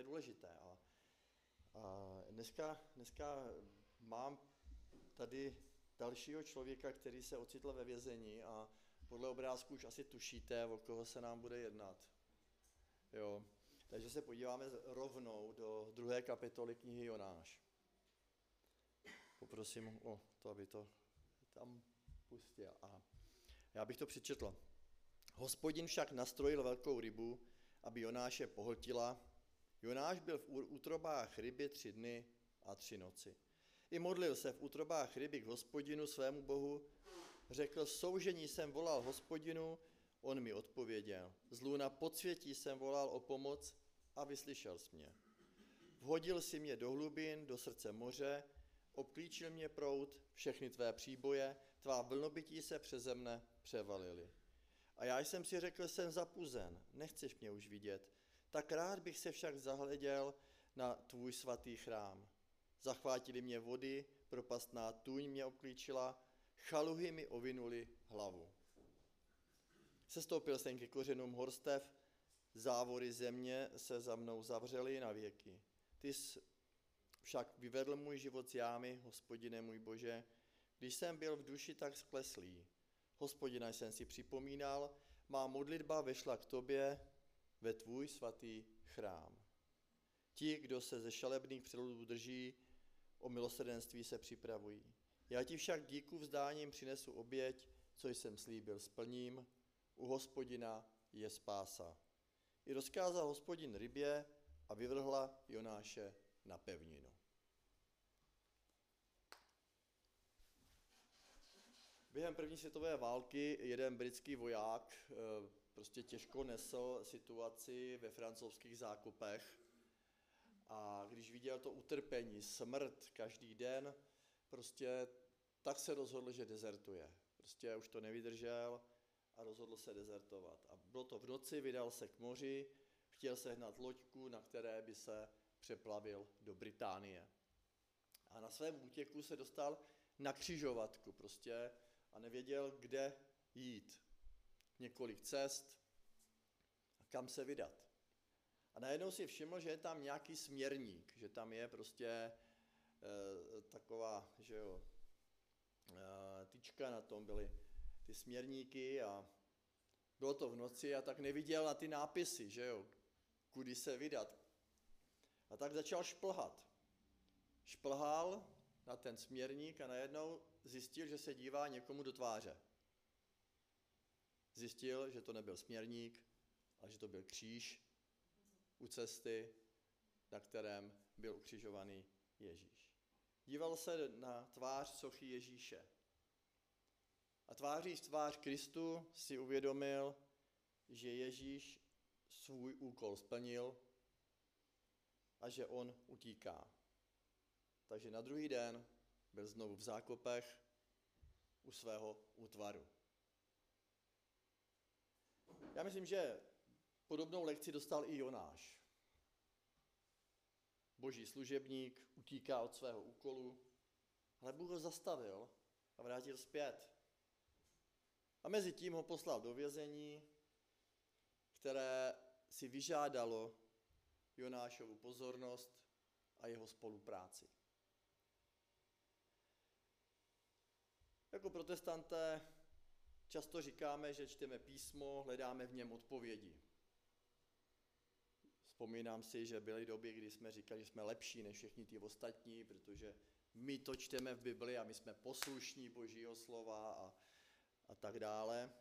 je důležité. A dneska mám tady dalšího člověka, který se ocitl ve vězení a podle obrázku už asi tušíte, o koho se nám bude jednat. Jo. Takže se podíváme rovnou do 2. kapitoly knihy Jonáš. Poprosím o to, aby to tam pustil. A já bych to přečetl. Hospodin však nastrojil velkou rybu, aby Jonáše pohltila. Jonáš byl v útrobách ryby 3 dny a 3 noci. I modlil se v útrobách ryby k Hospodinu svému Bohu. Řekl, soužení jsem volal Hospodinu, on mi odpověděl. Z lůna podsvětí jsem volal o pomoc a vyslyšel jsi mě. Vhodil si mě do hlubin, do srdce moře, obklíčil mě proud, všechny tvé příboje, tvá vlnobytí se přeze mne převalily. A já jsem si řekl, jsem zapuzen, nechceš mě už vidět, tak rád bych se však zahleděl na tvůj svatý chrám. Zachvátily mě vody, propastná tůň mě obklíčila, chaluhy mi ovinuli hlavu. Sestoupil jsem ke kořenům horstev, závory země se za mnou zavřely na věky. Ty jsi však vyvedl můj život z jámy, Hospodine můj Bože, když jsem byl v duši tak skleslý. Hospodina jsem si připomínal, má modlitba vešla k tobě ve tvůj svatý chrám. Ti, kdo se ze šalebných předludů drží, o milosrdenství se připravují. Já ti však díku vzdáním přinesu oběť, co jsem slíbil, splním. U Hospodina je spása. I rozkázal Hospodin rybě a vyvrhla Jonáše na pevninu. Během první světové války jeden britský voják prostě těžko nesl situaci ve francouzských zákopech a když viděl to utrpení, smrt každý den, prostě tak se rozhodl, že dezertuje. Prostě už to nevydržel a rozhodl se dezertovat. A bylo to v noci, vydal se k moři, chtěl sehnat loďku, na které by se přeplavil do Británie. A na svém útěku se dostal na křižovatku prostě a nevěděl, kde jít. Několik cest a kam se vydat. A najednou si všiml, že je tam nějaký směrník, že tam je prostě taková, že jo, tyčka, na tom byly ty směrníky a bylo to v noci a tak neviděl na ty nápisy, že jo, kudy se vydat. A tak začal šplhat. Šplhal na ten směrník a najednou zjistil, že se dívá někomu do tváře. Zjistil, že to nebyl směrník, ale že to byl kříž u cesty, na kterém byl ukřižovaný Ježíš. Díval se na tvář sochy Ježíše. A tváří v tvář Kristu si uvědomil, že Ježíš svůj úkol splnil a že on utíká. Takže na druhý den byl znovu v zákopech u svého útvaru. Já myslím, že podobnou lekci dostal i Jonáš. Boží služebník utíká od svého úkolu, ale Bůh ho zastavil a vrátil zpět. A mezi tím ho poslal do vězení, které si vyžádalo Jonášovu pozornost a jeho spolupráci. Jako protestanté často říkáme, že čteme písmo, hledáme v něm odpovědi. Vzpomínám si, že byly doby, kdy jsme říkali, že jsme lepší než všichni ty ostatní, protože my to čteme v Bibli a my jsme poslušní Božího slova a tak dále.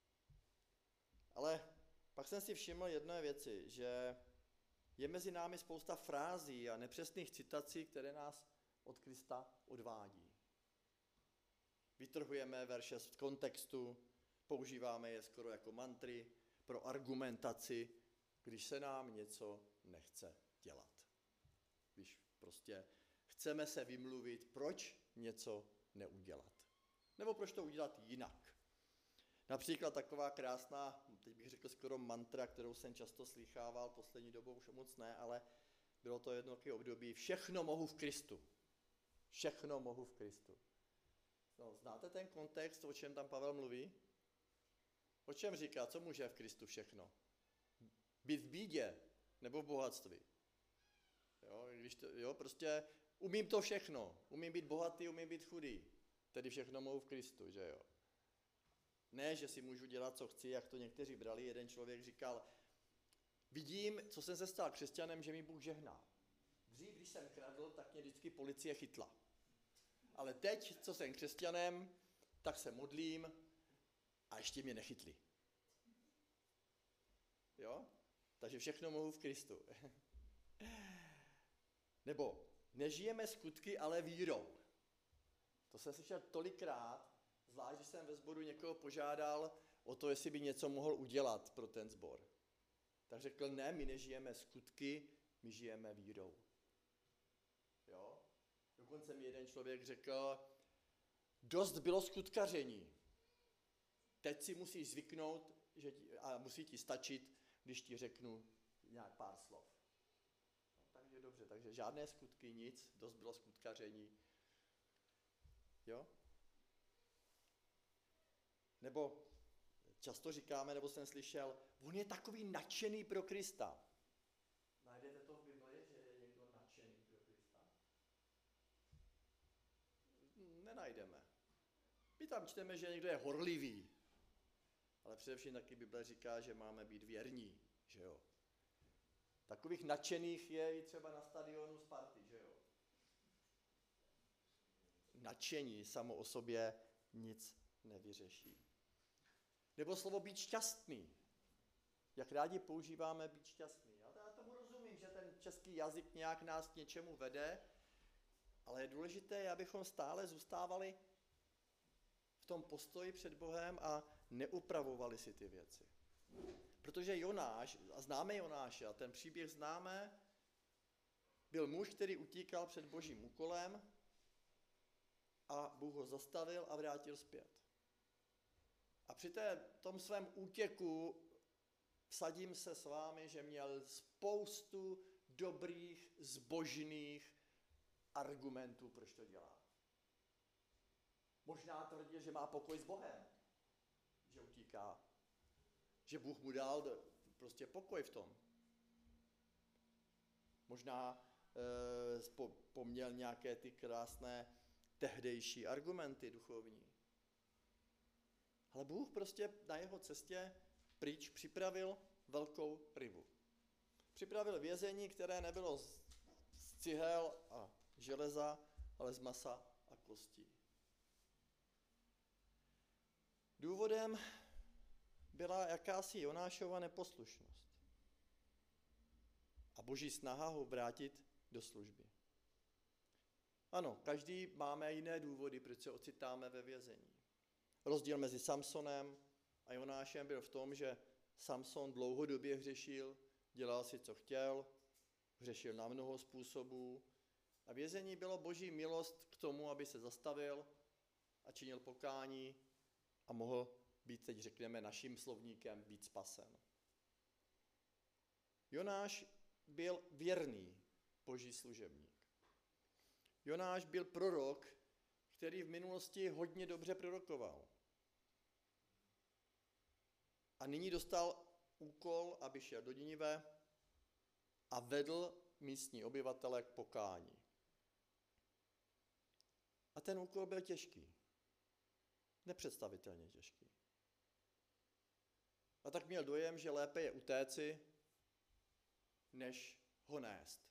Ale pak jsem si všiml jedné věci, že je mezi námi spousta frází a nepřesných citací, které nás od Krista odvádí. Vytrhujeme verše z kontextu, používáme je skoro jako mantry pro argumentaci, když se nám něco nechce dělat. Když prostě chceme se vymluvit, proč něco neudělat. Nebo proč to udělat jinak. Například taková krásná, teď bych řekl skoro mantra, kterou jsem často slýchával, poslední dobou už moc ne, ale bylo to jedno takové období, všechno mohu v Kristu. Všechno mohu v Kristu. No, znáte ten kontext, o čem tam Pavel mluví? O čem říká, co může v Kristu všechno? Být v bídě nebo v bohatství? Prostě umím to všechno. Umím být bohatý, umím být chudý. Tedy všechno mohu v Kristu, že jo. Ne, že si můžu dělat, co chci, jak to někteří brali. Jeden člověk říkal, vidím, co jsem se stal křesťanem, že mi Bůh žehná. Dřív, když jsem kradl, tak mě vždycky policie chytla. Ale teď, co jsem křesťanem, tak se modlím a ještě mě nechytli. Jo? Takže všechno mohu v Kristu. Nebo nežijeme skutky, ale vírou. To jsem slyšel tolikrát, zvlášť, když jsem ve sboru někoho požádal o to, jestli by něco mohl udělat pro ten sbor. Tak řekl, ne, my nežijeme skutky, my žijeme vírou. Jo? Dokonce mi jeden člověk řekl, dost bylo skutkaření. Teď si musíš zvyknout a musí ti stačit, když ti řeknu nějak pár slov. No, takže dobře, takže žádné skutky, nic, dost bylo skutkaření. Jo? Nebo často říkáme, nebo jsem slyšel, on je takový nadšený pro Krista. Najdete to v Bibli, že je někdo nadšený pro Krista? Nenajdeme. My tam čteme, že někdo je horlivý. Ale především taky Bible říká, že máme být věrní, že jo. Takových nadšených je i třeba na stadionu Sparty, že jo. Nadšení samo o sobě nic nevyřeší. Nebo slovo být šťastný. Jak rádi používáme být šťastný. Já tomu rozumím, že ten český jazyk nějak nás k něčemu vede, ale je důležité, abychom stále zůstávali v tom postoji před Bohem a neupravovali si ty věci. Protože Jonáš, a známe Jonáše, a ten příběh známe, byl muž, který utíkal před Božím úkolem a Bůh ho zastavil a vrátil zpět. A při tom svém útěku vsadím se s vámi, že měl spoustu dobrých, zbožných argumentů, proč to dělá. Možná tvrdil, že má pokoj s Bohem, že utíká, že Bůh mu dal prostě pokoj v tom. Možná poměl nějaké ty krásné tehdejší argumenty duchovní. Ale Bůh prostě na jeho cestě pryč připravil velkou rybu. Připravil vězení, které nebylo z cihel a železa, ale z masa a kostí. Důvodem byla jakási Jonášova neposlušnost a Boží snaha ho vrátit do služby. Ano, každý máme jiné důvody, proč se ocitáme ve vězení. Rozdíl mezi Samsonem a Jonášem byl v tom, že Samson dlouhodobě hřešil, dělal si, co chtěl, hřešil na mnoho způsobů a vězení bylo Boží milost k tomu, aby se zastavil a činil pokání a mohl být, teď řekneme naším slovníkem, být spasen. Jonáš byl věrný Boží služebník. Jonáš byl prorok, který v minulosti hodně dobře prorokoval. A nyní dostal úkol, aby šel do Ninive a vedl místní obyvatele k pokání. A ten úkol byl těžký. Nepředstavitelně těžký. A tak měl dojem, že lépe je utéci, než ho nést.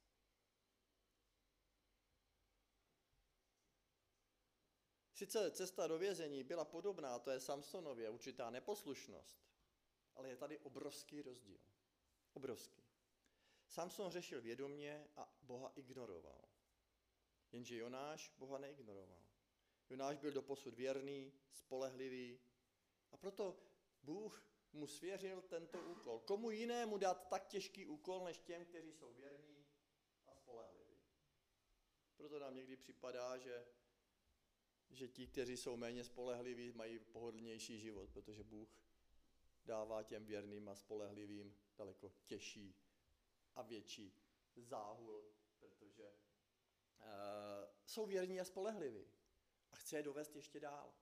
Sice cesta do vězení byla podobná, to je Samsonově, určitá neposlušnost, ale je tady obrovský rozdíl. Obrovský. Samson řešil vědomě a Boha ignoroval. Jenže Jonáš Boha neignoroval. Jonáš byl doposud věrný, spolehlivý a proto Bůh mu svěřil tento úkol. Komu jinému dát tak těžký úkol, než těm, kteří jsou věrní a spolehliví. Proto nám někdy připadá, že ti, kteří jsou méně spolehliví, mají pohodlnější život, protože Bůh dává těm věrným a spolehlivým daleko těžší a větší záhul, protože jsou věrní a spolehliví a chce je dovést ještě dál.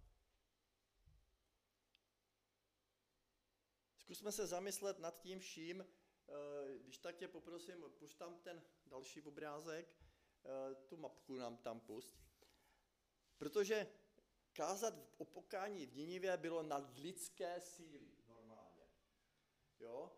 Zkusme se zamyslet nad tím vším, když tak tě poprosím, pušť tam ten další obrázek, tu mapku nám tam pust. Protože kázat o pokání v Ninivě bylo nad lidské síly normálně. Jo?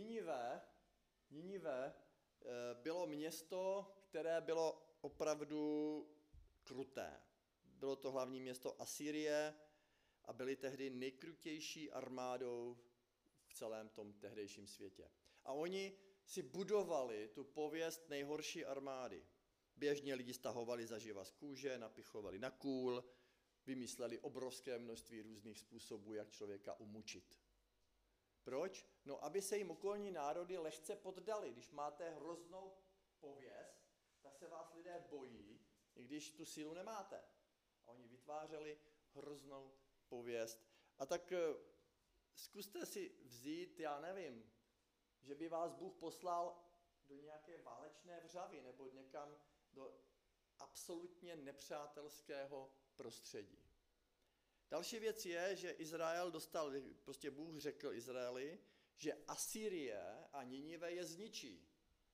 Ninive bylo město, které bylo opravdu kruté. Bylo to hlavní město Asýrie a byli tehdy nejkrutější armádou v celém tom tehdejším světě. A oni si budovali tu pověst nejhorší armády. Běžně lidi stahovali zaživa z kůže, napichovali na kůl, vymysleli obrovské množství různých způsobů, jak člověka umučit. Proč? No, aby se jim okolní národy lehce poddali. Když máte hroznou pověst, tak se vás lidé bojí, i když tu sílu nemáte. A oni vytvářeli hroznou pověst. A tak zkuste si vzít, já nevím, že by vás Bůh poslal do nějaké válečné vřavy nebo někam do absolutně nepřátelského prostředí. Další věc je, že Izrael dostal, prostě Bůh řekl Izraeli, že Asýrie a Ninive je zničí.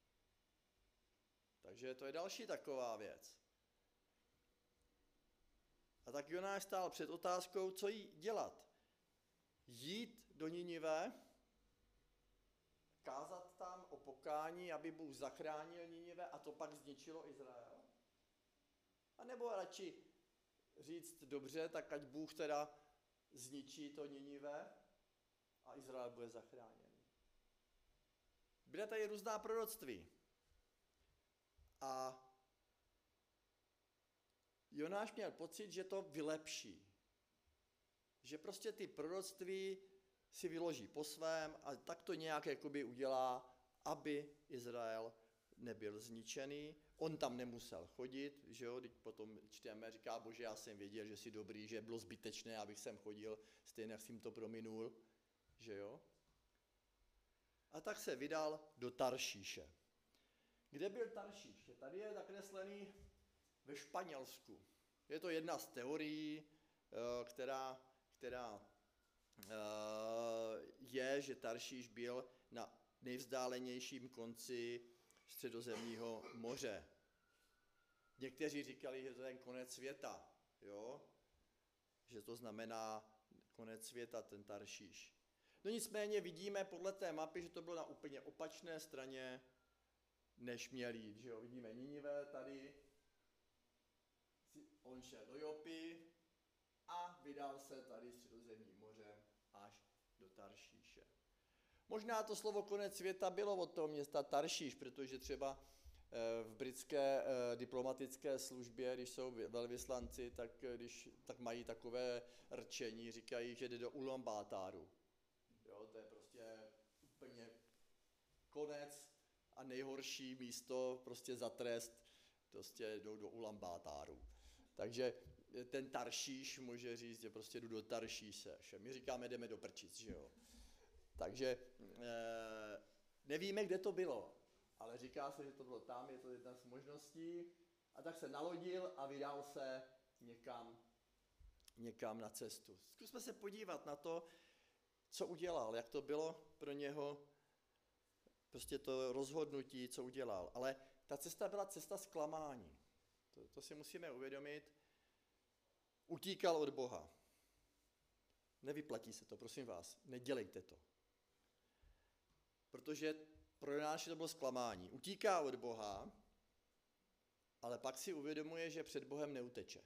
Takže to je další taková věc. A tak Jonáš stál před otázkou, co jí dělat. Jít do Ninive, kázat tam o pokání, aby Bůh zachránil Ninive a to pak zničilo Izrael? A nebo radši říct dobře, tak ať Bůh teda zničí to Ninive a Izrael bude zachráněn. Byla tady různá proroctví. A Jonáš měl pocit, že to vylepší. Že prostě ty proroctví si vyloží po svém a tak to nějak jakoby udělá, aby Izrael nebyl zničený. On tam nemusel chodit, že jo, teď potom čteme, říká, Bože, já jsem věděl, že jsi dobrý, že bylo zbytečné, abych sem chodil, stejně jak jsem to prominul, že jo. A tak se vydal do Taršíše. Kde byl Taršíš? Tady je nakreslený ve Španělsku. Je to jedna z teorií, která je, že Taršíš byl na nejvzdálenějším konci Středozemního moře. Někteří říkali, že to je ten konec světa, jo? Že to znamená konec světa, ten Taršíš. No nicméně vidíme podle té mapy, že to bylo na úplně opačné straně, než měl jít, že jo? Vidíme Ninive tady, on šel do Jopy a vydal se tady Středozemním mořem až do Taršíše. Možná to slovo konec světa bylo od toho města Taršíš, protože třeba v britské diplomatické službě, když jsou velvyslanci, tak mají takové rčení, říkají, že jde do Ulaanbaatáru. Jo, to je prostě úplně konec a nejhorší místo prostě za trest, prostě jdou do Ulaanbaatáru. Takže ten Taršíš může říct, že prostě jdu do Taršíše. My říkáme, jdeme do prčic, že jo. Takže nevíme, kde to bylo, ale říká se, že to bylo tam, je to jedna z možností. A tak se nalodil a vydal se někam na cestu. Zkusme se podívat na to, co udělal, jak to bylo pro něho, prostě to rozhodnutí, co udělal. Ale ta cesta byla cesta zklamání. To si musíme uvědomit. Utíkal od Boha. Nevyplatí se to, prosím vás, nedělejte to. Protože pro Jonáše to bylo zklamání. Utíká od Boha, ale pak si uvědomuje, že před Bohem neuteče.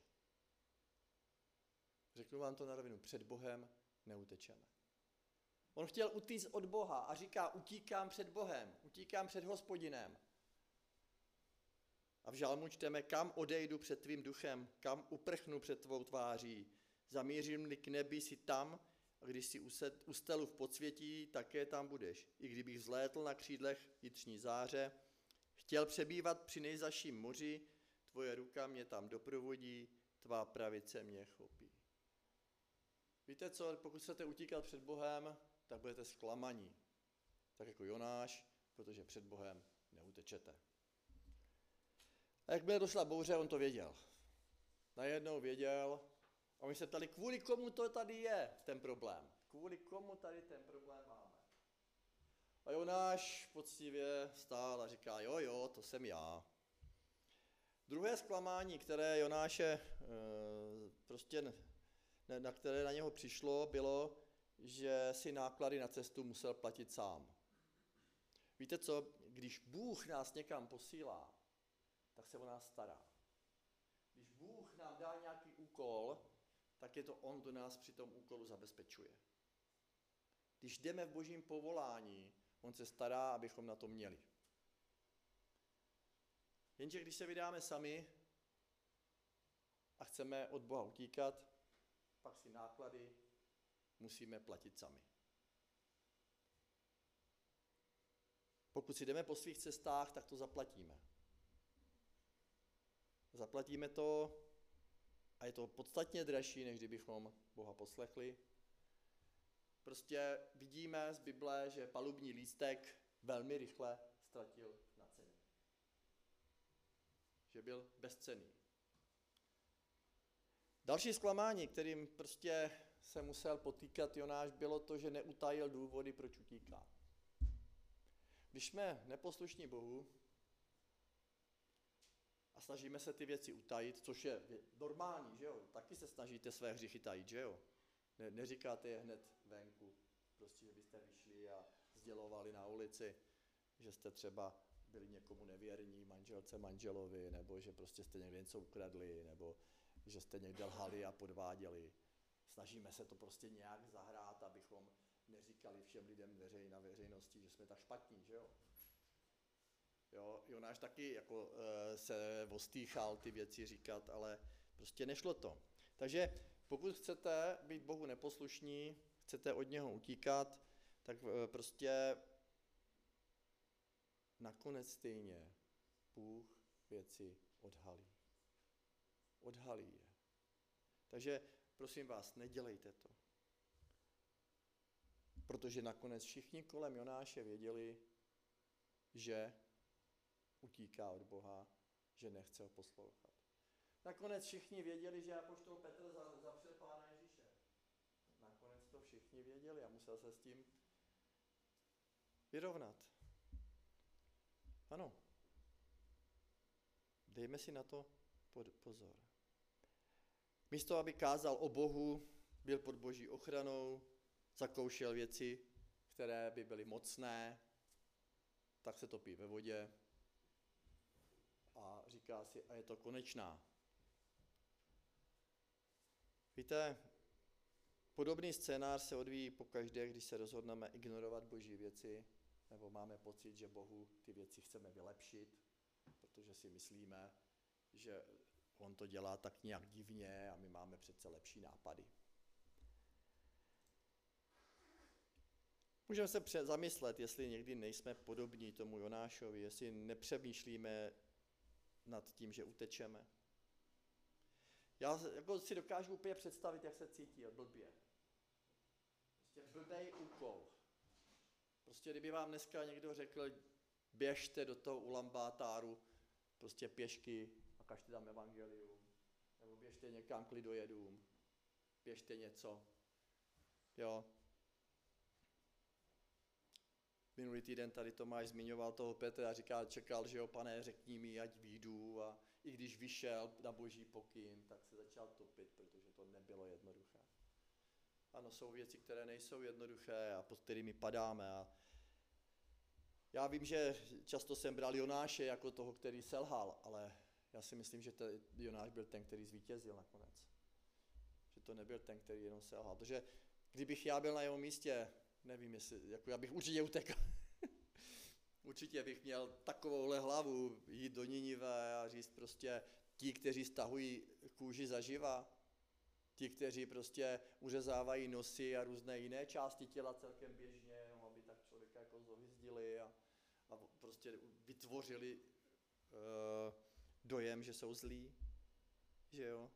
Řeknu vám to na rovinu, před Bohem neutečeme. On chtěl utíct od Boha a říká, utíkám před Bohem, utíkám před Hospodinem. A v žalmu čteme, kam odejdu před tvým duchem, kam uprchnu před tvou tváří. Zamířím-li k nebi, si tam, a když si ustelu v podsvětí, také tam budeš. I kdybych vzlétl na křídlech jitřní záře, chtěl přebývat při nejzaším moři, tvoje ruka mě tam doprovodí, tvá pravice mě chopí. Víte co, pokud chcete utíkat před Bohem, tak budete zklamaní. Tak jako Jonáš, protože před Bohem neutečete. A jakmile došla bouře, on to věděl. Najednou věděl, a my se ptali, kvůli komu to tady je, ten problém. Kvůli komu tady ten problém máme. A Jonáš poctivě stál a říká, jo, to jsem já. Druhé zklamání, které Jonáše na které na něho přišlo, bylo, že si náklady na cestu musel platit sám. Víte co, když Bůh nás někam posílá, tak se o nás stará. Když Bůh nám dá nějaký úkol, tak je to on, kdo nás při tom úkolu zabezpečuje. Když jdeme v Božím povolání, on se stará, abychom na to měli. Jenže když se vydáme sami a chceme od Boha utíkat, pak si náklady musíme platit sami. Pokud si jdeme po svých cestách, tak to zaplatíme. Zaplatíme to a je to podstatně dražší, než kdybychom Boha poslechli. Prostě vidíme z Bible, že palubní lístek velmi rychle ztratil na ceně. Že byl bezcenný. Další zklamání, kterým prostě se musel potýkat Jonáš, bylo to, že neutajil důvody, proč utíká. Když jsme neposlušní Bohu a snažíme se ty věci utajit, což je normální, že jo? Taky se snažíte své hříchy tajit, že jo? Neříkáte je hned venku, prostě, že byste vyšli a sdělovali na ulici, že jste třeba byli někomu nevěrní, manželce, manželovi, nebo že prostě jste někde něco ukradli, nebo že jste někde lhali a podváděli. Snažíme se to prostě nějak zahrát, abychom neříkali všem lidem na veřejnosti, že jsme tak špatní, že jo? Jo, Jonáš taky jako se ostýchal ty věci říkat, ale prostě nešlo to. Takže pokud chcete být Bohu neposlušní, chcete od něho utíkat, tak prostě nakonec stejně Bůh věci odhalí. Odhalí je. Takže prosím vás, nedělejte to. Protože nakonec všichni kolem Jonáše věděli, že utíká od Boha, že nechce ho poslouchat. Nakonec všichni věděli, že apoštol Petr zapřel Pána Ježíše. Nakonec to všichni věděli a musel se s tím vyrovnat. Ano. Dejme si na to pozor. Místo, aby kázal o Bohu, byl pod Boží ochranou, zakoušel věci, které by byly mocné, tak se topí ve vodě a říká si, a je to konečná. Víte, podobný scénář se odvíjí pokaždé, když se rozhodneme ignorovat Boží věci, nebo máme pocit, že Bohu ty věci chceme vylepšit, protože si myslíme, že on to dělá tak nějak divně a my máme přece lepší nápady. Můžeme se zamyslet, jestli někdy nejsme podobní tomu Jonášovi, jestli nepřemýšlíme nad tím, že utečeme. Já jako si dokážu úplně představit, jak se cítí blbě. Prostě blbej úkol. Prostě kdyby vám dneska někdo řekl, běžte do toho Ulaanbaatáru, prostě pěšky a kažte tam evangelium. Nebo běžte někam k lidojedům. Běžte něco. Jo. Minulý týden tady Tomáš zmiňoval toho Petra a říkal, čekal, že jo, pane, řekni mi, ať vyjdu. A i když vyšel na Boží pokyn, tak se začal topit, protože to nebylo jednoduché. Ano, jsou věci, které nejsou jednoduché a pod kterými padáme. A já vím, že často jsem bral Jonáše jako toho, který selhal, ale já si myslím, že Jonáš byl ten, který zvítězil nakonec. Že to nebyl ten, který jenom selhal. Protože kdybych já byl na jeho místě, nevím, jestli, jako já bych určitě utekl. Určitě bych měl takovouhle hlavu, jít do Ninive a říct prostě ti, kteří stahují kůži zaživa, ti, kteří prostě uřezávají nosy a různé jiné části těla celkem běžně, jenom aby tak člověka jako zohyzdili a prostě vytvořili dojem, že jsou zlí, že jo?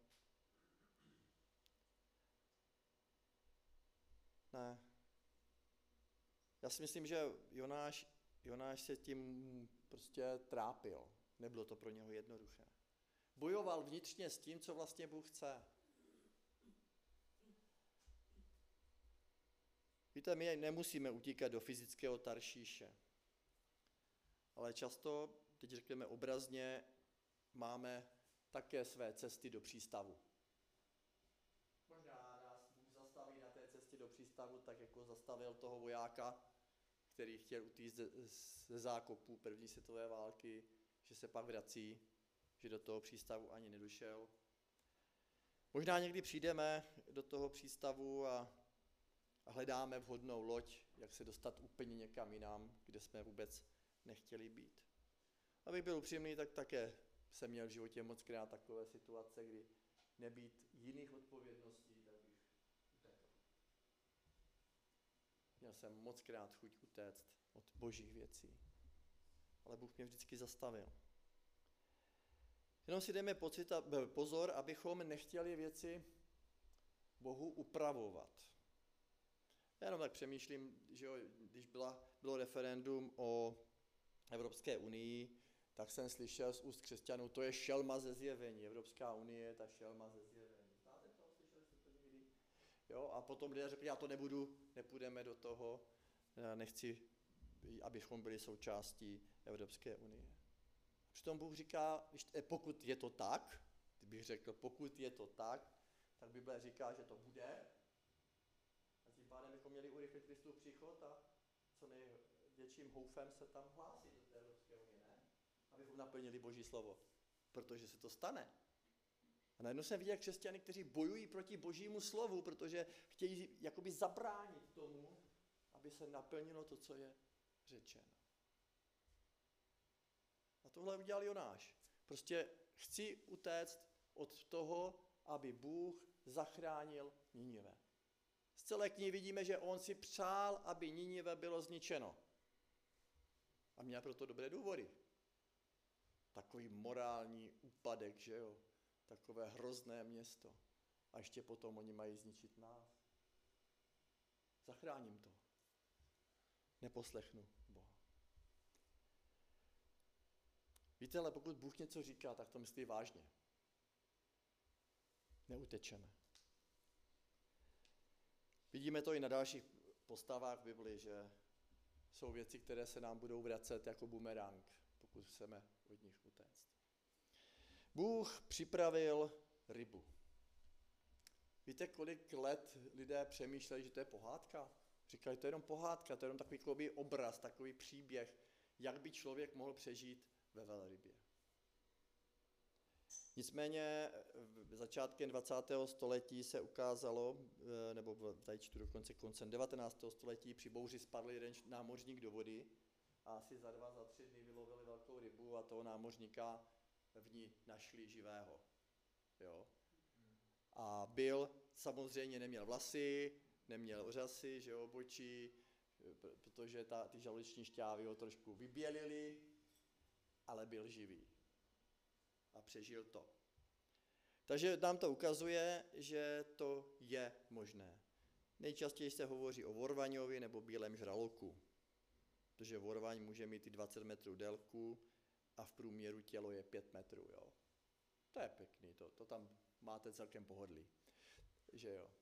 Ne. Já si myslím, že Jonáš se tím prostě trápil. Nebylo to pro něho jednoduché. Bojoval vnitřně s tím, co vlastně Bůh chce. Víte, my nemusíme utíkat do fyzického Taršíše, ale často, teď řekneme obrazně, máme také své cesty do přístavu. Možná nás Bůh zastaví na té cestě do přístavu, tak jako zastavil toho vojáka, který chtěl utíct ze zákopů první světové války, že se pak vrací, že do toho přístavu ani nedošel. Možná někdy přijdeme do toho přístavu a hledáme vhodnou loď, jak se dostat úplně někam jinam, kde jsme vůbec nechtěli být. Abych byl upřímný, tak také jsem měl v životě moc krát takové situace, kdy nebýt jiných odpovědností, tak bych utekl. Měl jsem moc krát chuť utéct od božích věcí, ale Bůh mě vždycky zastavil. Jenom si dejme pozor, abychom nechtěli věci Bohu upravovat. Já jenom tak přemýšlím, že jo, když bylo referendum o Evropské unii, tak jsem slyšel z úst křesťanů, to je šelma ze zjevení, Evropská unie, ta šelma ze zjevení. Znáte to? Slyšeli jste to někdy? Jo, a potom lidé řekli, já to nebudu, nepůjdeme do toho, já nechci, abychom byli součástí Evropské unie. Přitom Bůh říká, pokud je to tak, kdybych řekl, pokud je to tak Bible říká, že to bude. A tím pádem bychom měli urychlit Kristův příchod a co největším houfem se tam hlásit do té Evropské unie, ne? Abychom naplnili Boží slovo, protože se to stane. A najednou jsem viděl křesťany, kteří bojují proti Božímu slovu, protože chtějí jakoby zabránit tomu, aby se naplnilo to, co je řečeno. A tohle udělal Jonáš. Prostě chci utéct od toho, aby Bůh zachránil Ninive. Z celé knihy vidíme, že on si přál, aby Ninive bylo zničeno. A měl proto dobré důvody. Takový morální úpadek, že jo? Takové hrozné město. A ještě potom oni mají zničit nás. Zachráním to. Neposlechnu Boha. Víte, ale pokud Bůh něco říká, tak to myslí vážně. Neutečeme. Vidíme to i na dalších postavách v Bibli, že jsou věci, které se nám budou vracet jako bumerang, pokud chceme od nich utéct. Bůh připravil rybu. Víte, kolik let lidé přemýšleli, že to je pohádka? Říkali, to je jenom pohádka, to je jenom takový obraz, takový příběh, jak by člověk mohl přežít ve velrybě. Nicméně začátkem 20. století se ukázalo, nebo tady čtu dokonce koncem 19. století, při bouři spadl jeden námořník do vody a asi za 2-3 dny vylovili velkou rybu a toho námořníka v ní našli živého. Jo? A samozřejmě neměl vlasy, neměl ořasy, že jo, obočí, protože ty žaludeční šťávy ho trošku vybělily, ale byl živý. A přežil to. Takže nám to ukazuje, že to je možné. Nejčastěji se hovoří o vorvaňovi nebo bílém žraloku, protože vorvaň může mít i 20 metrů délku a v průměru tělo je 5 metrů. Jo. To je pěkný, to tam máte celkem pohodlí. Že jo.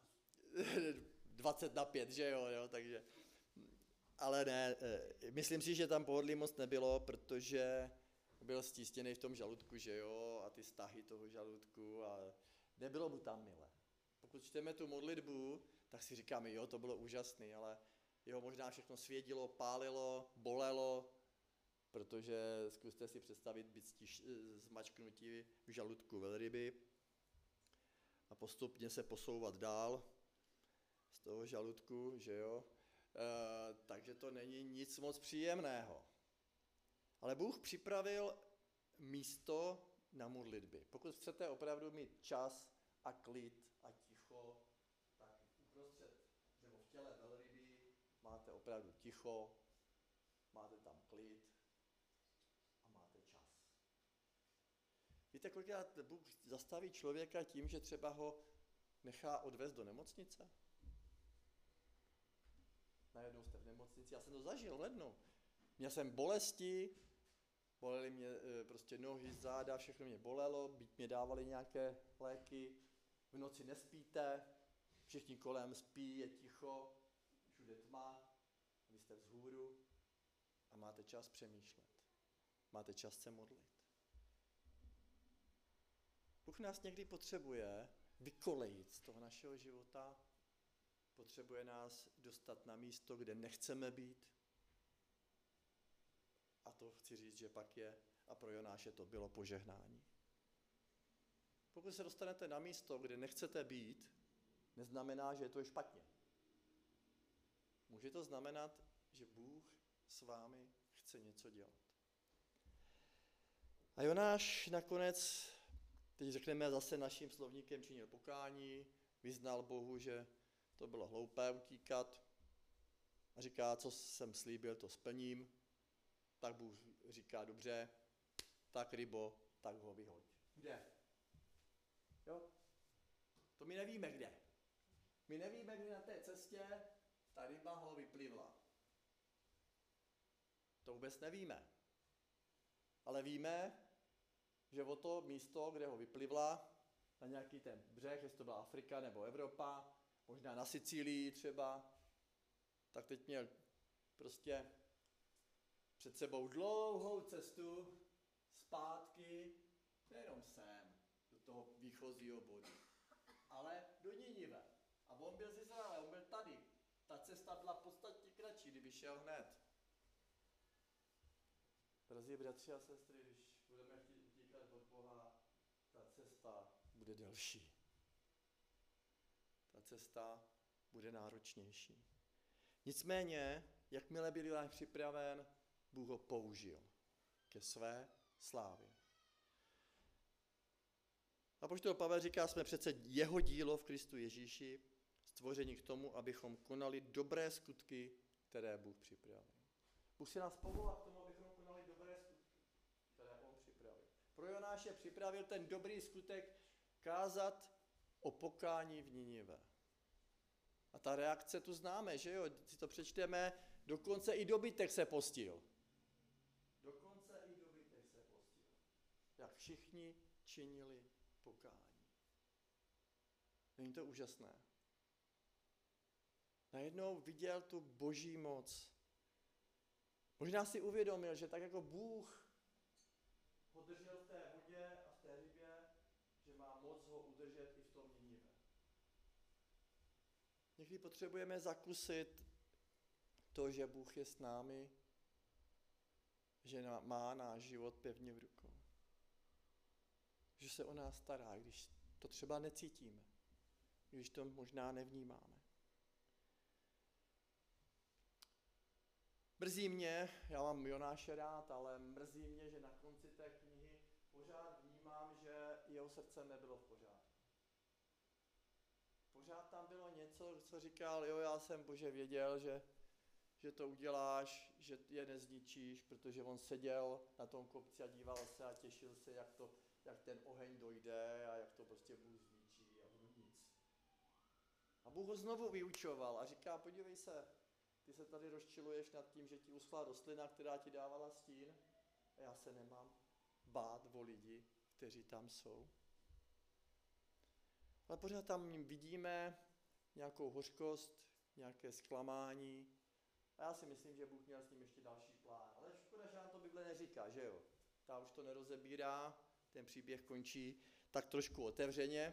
20/5, že jo, takže... Ale ne, myslím si, že tam pohodlí moc nebylo, protože byl stísněný v tom žaludku, že jo, a ty stahy toho žaludku a nebylo mu tam milé. Pokud čteme tu modlitbu, tak si říkáme, jo, to bylo úžasný, ale jeho možná všechno svědilo, pálilo, bolelo, protože zkuste si představit být zmačknutí v žaludku velryby a postupně se posouvat dál z toho žaludku, že jo. Takže to není nic moc příjemného. Ale Bůh připravil místo na modlitby. Pokud chcete opravdu mít čas a klid a ticho, tak uprostřed nebo v těle velryby máte opravdu ticho, máte tam klid a máte čas. Víte, kolikrát Bůh zastaví člověka tím, že třeba ho nechá odvést do nemocnice? Najednou jste v nemocnici, já jsem to zažil v lednu. Měl jsem bolesti, bolely mě prostě nohy, záda, všechno mě bolelo, byť mě dávali nějaké léky, v noci nespíte, všichni kolem spí, je ticho, všude tma, vy jste vzhůru a máte čas přemýšlet. Máte čas se modlit. Bůh nás někdy potřebuje vykolejit z toho našeho života, potřebuje nás dostat na místo, kde nechceme být. A to chci říct, že pak je, a pro Jonáše to bylo požehnání. Pokud se dostanete na místo, kde nechcete být, neznamená, že to je špatně. Může to znamenat, že Bůh s vámi chce něco dělat. A Jonáš nakonec, teď řekneme zase naším slovníkem, činil pokání, vyznal Bohu, že to bylo hloupé utíkat a říká, co jsem slíbil, to splním. Tak Bůh říká, dobře, tak rybo, tak ho vyhoď. Kde? Jo? To my nevíme kde. My nevíme, kde na té cestě ta ryba ho vyplivla. To vůbec nevíme. Ale víme, že o to místo, kde ho vyplivla, na nějaký ten břeh, jestli to byla Afrika nebo Evropa, možná na Sicílii třeba, tak teď měl prostě před sebou dlouhou cestu zpátky, nejenom sem, do toho výchozího bodu, ale do Ninive. A on byl z Izraele, on byl tady. Ta cesta byla podstatně kratší, kdyby šel hned. Drazí bratři a sestry, když budeme chtít utíkat od Boha, ta cesta bude delší. Ta cesta bude náročnější. Nicméně, jakmile byl Jonáš připraven, Bůh ho použil ke své slávě. Apoštol Pavel říká, jsme přece jeho dílo v Kristu Ježíši, stvoření k tomu, abychom konali dobré skutky, které Bůh připravil. Bůh si nás povolal k tomu, abychom konali dobré skutky, které on připravil. Pro Jonáše připravil ten dobrý skutek kázat o pokání v Ninive. A ta reakce tu známe, že jo? Si to přečteme, dokonce i dobytek se postil. Dokonce i dobytek se postil. Jak všichni činili pokání. Není to úžasné? Najednou viděl tu boží moc. Možná si uvědomil, že tak jako Bůh ho držel v té vodě a v té rybě, že má moc ho udržet i v tom Ninive. Někdy potřebujeme zakusit to, že Bůh je s námi, že má náš život pevně v rukou. Že se o nás stará, když to třeba necítíme, když to možná nevnímáme. Mrzí mě, já mám Jonáše rád, ale mrzí mě, že na konci té knihy pořád vnímám, že jeho srdce nebylo v pořádku. Pořád tam bylo něco, co říkal, jo, já jsem Bože věděl, že to uděláš, že je nezničíš, protože on seděl na tom kopci a díval se a těšil se, jak ten oheň dojde a jak to prostě Bůh zničí a budu nic. A Bůh ho znovu vyučoval a říká, podívej se, ty se tady rozčiluješ nad tím, že ti uschla rostlina, která ti dávala stín a já se nemám bát o lidi, kteří tam jsou. Ale pořád tam vidíme nějakou hořkost, nějaké zklamání a já si myslím, že Bůh měl s ním ještě další plán. Ale škoda, že nám to Bible neříká, že jo? Ta už to nerozebírá, ten příběh končí tak trošku otevřeně.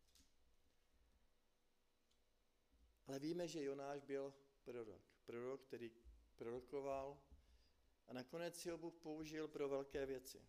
Ale víme, že Jonáš byl prorok, který prorokoval a nakonec si ho Bůh použil pro velké věci.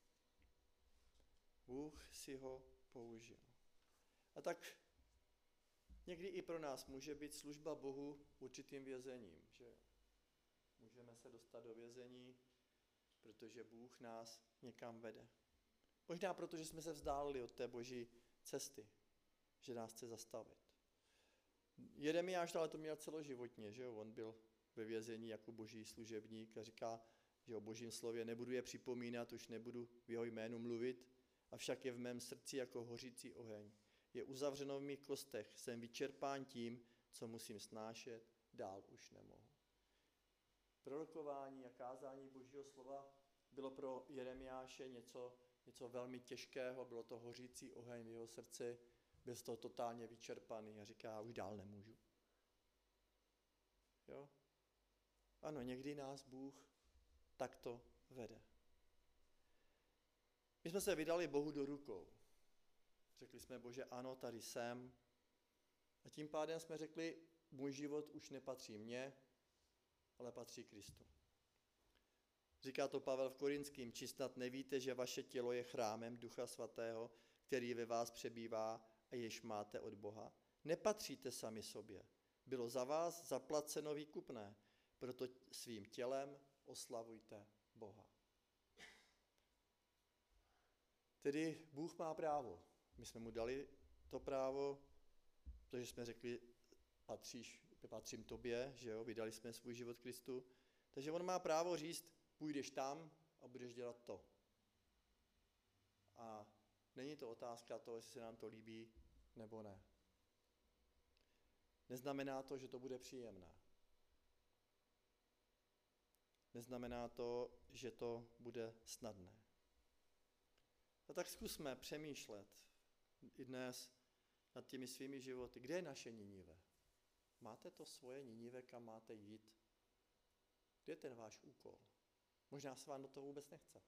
Bůh si ho použil. A tak někdy i pro nás může být služba Bohu určitým vězením, že můžeme se dostat do vězení, protože Bůh nás někam vede. Možná proto, že jsme se vzdálili od té boží cesty, že nás chce zastavit. Jeremiáš ale to měl celoživotně, že jo? On byl ve vězení jako boží služebník a říká, že o božím slově nebudu je připomínat, už nebudu v jeho jménu mluvit, avšak je v mém srdci jako hořící oheň. Je uzavřeno v mých kostech, jsem vyčerpán tím, co musím snášet, dál už nemohu. Prorokování a kázání božího slova bylo pro Jeremiáše něco velmi těžkého, bylo to hořící oheň v jeho srdci, byl z toho totálně vyčerpaný a říká, už dál nemůžu. Jo? Ano, někdy nás Bůh takto vede. My jsme se vydali Bohu do rukou. Řekli jsme, Bože, ano, tady jsem. A tím pádem jsme řekli, můj život už nepatří mně, ale patří Kristu. Říká to Pavel v Korinským, či snad nevíte, že vaše tělo je chrámem Ducha Svatého, který ve vás přebývá a jež máte od Boha? Nepatříte sami sobě. Bylo za vás zaplaceno výkupné, proto svým tělem oslavujte Boha. Tedy Bůh má právo. My jsme mu dali to právo, protože jsme řekli, patřím tobě, že jo, vydali jsme svůj život Kristu. Takže on má právo říct, půjdeš tam a budeš dělat to. A není to otázka toho, jestli se nám to líbí nebo ne. Neznamená to, že to bude příjemné. Neznamená to, že to bude snadné. A tak zkusme přemýšlet i dnes nad těmi svými životy. Kde je naše Ninive? Máte to svoje Ninive, kam máte jít? Kde je ten váš úkol? Možná se vám do toho vůbec nechce.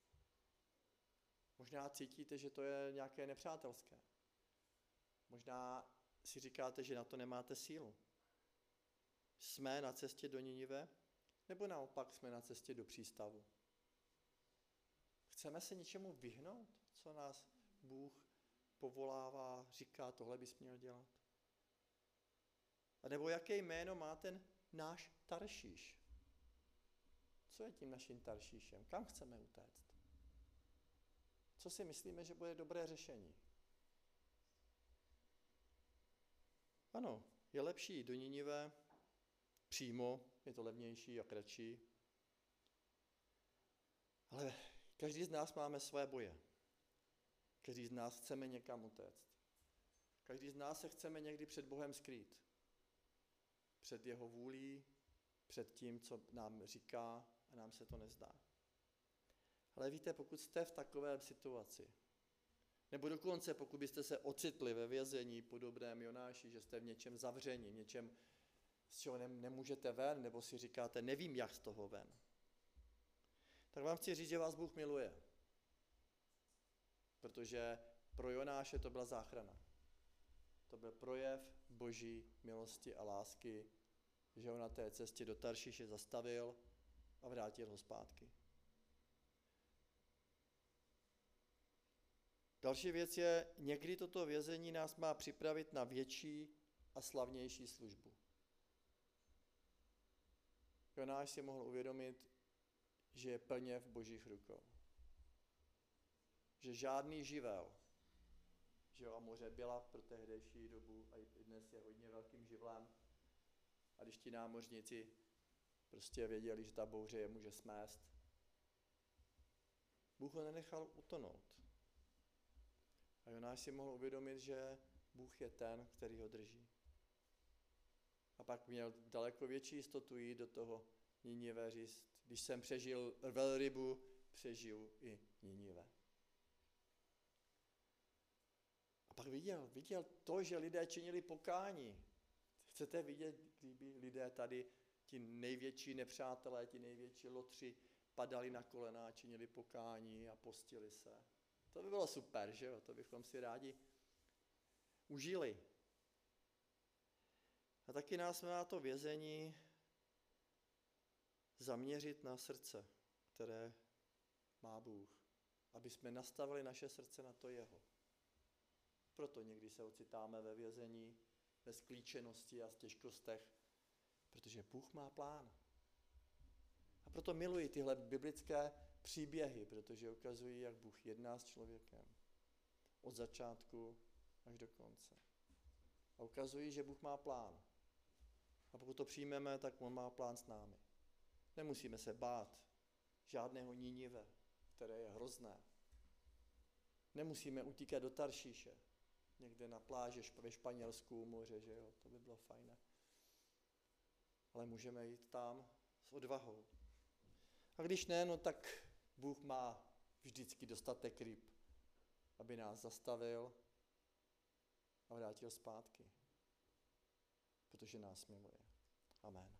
Možná cítíte, že to je nějaké nepřátelské. Možná si říkáte, že na to nemáte sílu. Jsme na cestě do Ninive, nebo naopak jsme na cestě do přístavu? Chceme se něčemu vyhnout, co nás Bůh povolává, říká, tohle bys měl dělat? A nebo jaké jméno má ten náš Taršíš? Co je tím naším Taršíšem? Kam chceme utéct? Co si myslíme, že bude dobré řešení? Ano, je lepší jít do Ninive přímo, je to levnější a kratší. Ale každý z nás máme své boje. Každý z nás chceme někam utéct. Každý z nás se chceme někdy před Bohem skrýt. Před jeho vůlí, před tím, co nám říká a nám se to nezdá. Ale víte, pokud jste v takové situaci, nebo dokonce pokud byste se ocitli ve vězení podobném Jonáši, že jste v něčem zavřeni, něčem, z čeho nemůžete ven, nebo si říkáte, nevím, jak z toho ven, tak vám chci říct, že vás Bůh miluje. Protože pro Jonáše to byla záchrana. To byl projev Boží milosti a lásky, že ho na té cestě do Taršíše zastavil a vrátil ho zpátky. Další věc je, někdy toto vězení nás má připravit na větší a slavnější službu. Jonáš si mohl uvědomit, že je plně v Božích rukou. Že žádný živel, že jo, a moře byla pro tehdejší dobu a i dnes je hodně velkým živlem. A když ti námořníci prostě věděli, že ta bouře je může smést, Bůh ho nenechal utonout. A Jonáš si mohl uvědomit, že Bůh je ten, který ho drží. A pak měl daleko větší jistotu jít do toho Ninive říct, když jsem přežil velrybu, přežiju i Ninive. A pak viděl to, že lidé činili pokání. Chcete vidět, kdyby lidé tady, ti největší nepřátelé, ti největší lotři, padali na kolena a činili pokání a postili se. To by bylo super, že jo? To bychom si rádi užili. A taky nás má to vězení zaměřit na srdce, které má Bůh. Aby jsme nastavili naše srdce na to jeho. Proto někdy se ocitáme ve vězení, ve sklíčenosti a v těžkostech, protože Bůh má plán. A proto miluji tyhle biblické příběhy, protože ukazují, jak Bůh jedná s člověkem. Od začátku až do konce. A ukazují, že Bůh má plán. A pokud to přijmeme, tak on má plán s námi. Nemusíme se bát žádného Ninive, které je hrozné. Nemusíme utíkat do Taršíše, někde na pláži ve Španělsku, moře, že jo, to by bylo fajné. Ale můžeme jít tam s odvahou. A když ne, no tak Bůh má vždycky dostatek ryb, aby nás zastavil a vrátil zpátky, protože nás miluje. Amen.